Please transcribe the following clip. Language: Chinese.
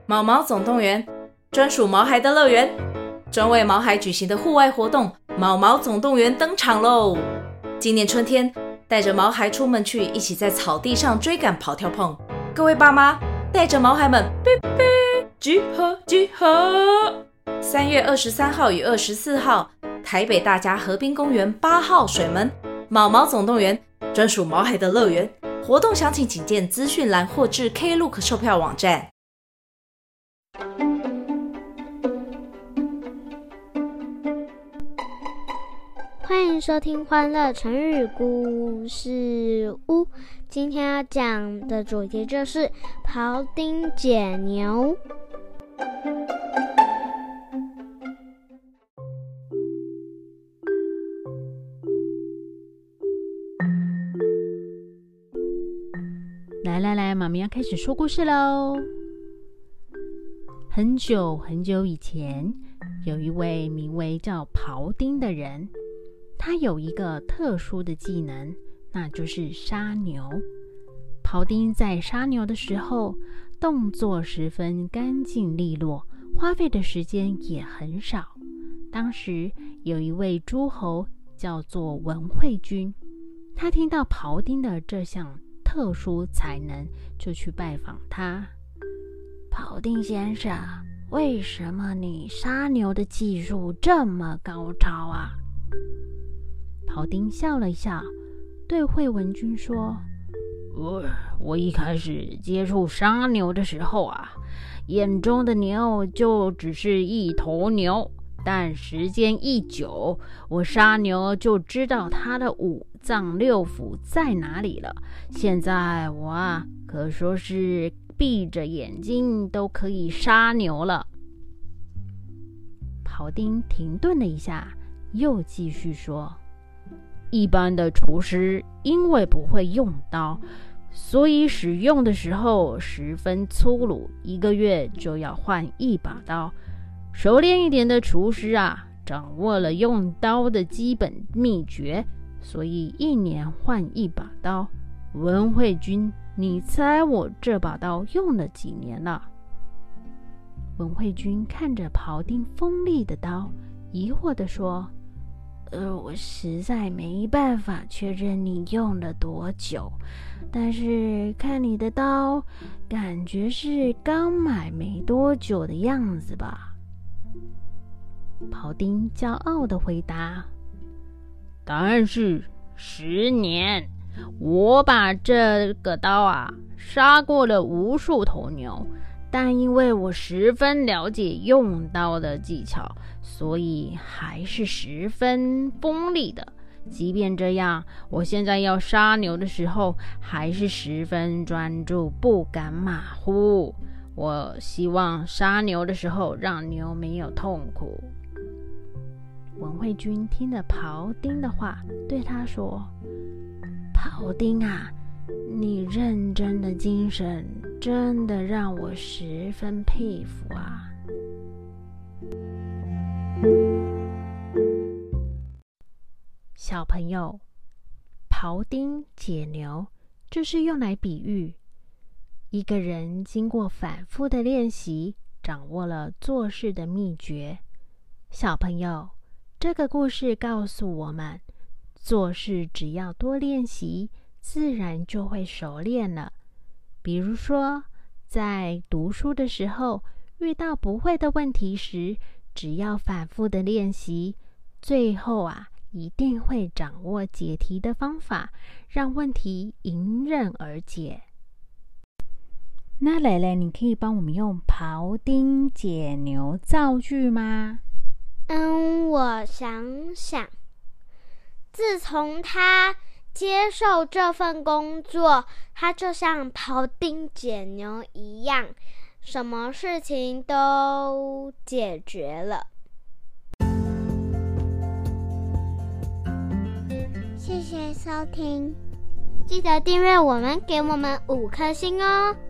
毛毛总动员，专属毛孩的乐园，专为毛孩举行的户外活动毛毛总动员登场喽！今年春天，带着毛孩出门去，一起在草地上追赶跑跳碰。各位爸妈，带着毛孩们，集合集合！3月23号与24号，台北大家河滨公园8号水门毛毛总动员，专属毛孩的乐园。活动详情请见资讯栏或至 Klook 售票网站。 欢迎收听欢乐成语故事屋，今天要讲的主题就是庖丁解牛。 来，妈咪要开始说故事喽。很久很久以前，有一位名为叫庖丁的人，他有一个特殊的技能，那就是杀牛。庖丁在杀牛的时候，动作十分干净利落，花费的时间也很少。当时有一位诸侯叫做文惠君，他听到庖丁的这项特殊才能，就去拜访他。庖丁先生，为什么你杀牛的技术这么高超啊？庖丁笑了笑，对惠文君说：我一开始接触杀牛的时候啊，眼中的牛就只是一头牛，但时间一久，我杀牛就知道它的五脏六腑在哪里了。现在我可说是闭着眼睛都可以杀牛了。庖丁停顿了一下，又继续说：一般的厨师因为不会用刀，所以使用的时候十分粗鲁，1个月就要换1把刀。熟练一点的厨师掌握了用刀的基本秘诀，所以1年换1把刀。文惠君，你猜我这把刀用了几年了？文惠君看着庖丁锋利的刀，疑惑地说：我实在没办法确认你用了多久，但是看你的刀，感觉是刚买没多久的样子吧？庖丁骄傲地回答：答案是10年。我把这个刀杀过了无数头牛，但因为我十分了解用刀的技巧，所以还是十分锋利的。即便这样，我现在要杀牛的时候，还是十分专注，不敢马虎。我希望杀牛的时候，让牛没有痛苦。文惠君听了庖丁的话，对他说：庖丁你认真的精神真的让我十分佩服啊。小朋友，庖丁解牛就是用来比喻一个人经过反复的练习，掌握了做事的秘诀。小朋友，这个故事告诉我们，做事只要多练习，自然就会熟练了。比如说，在读书的时候，遇到不会的问题时，只要反复的练习，最后一定会掌握解题的方法，让问题迎刃而解。那蕾蕾，你可以帮我们用庖丁解牛造句吗？ 我想想。自从他接受这份工作，他就像庖丁解牛一样，什么事情都解决了。谢谢收听，记得订阅我们，给我们5颗星哦。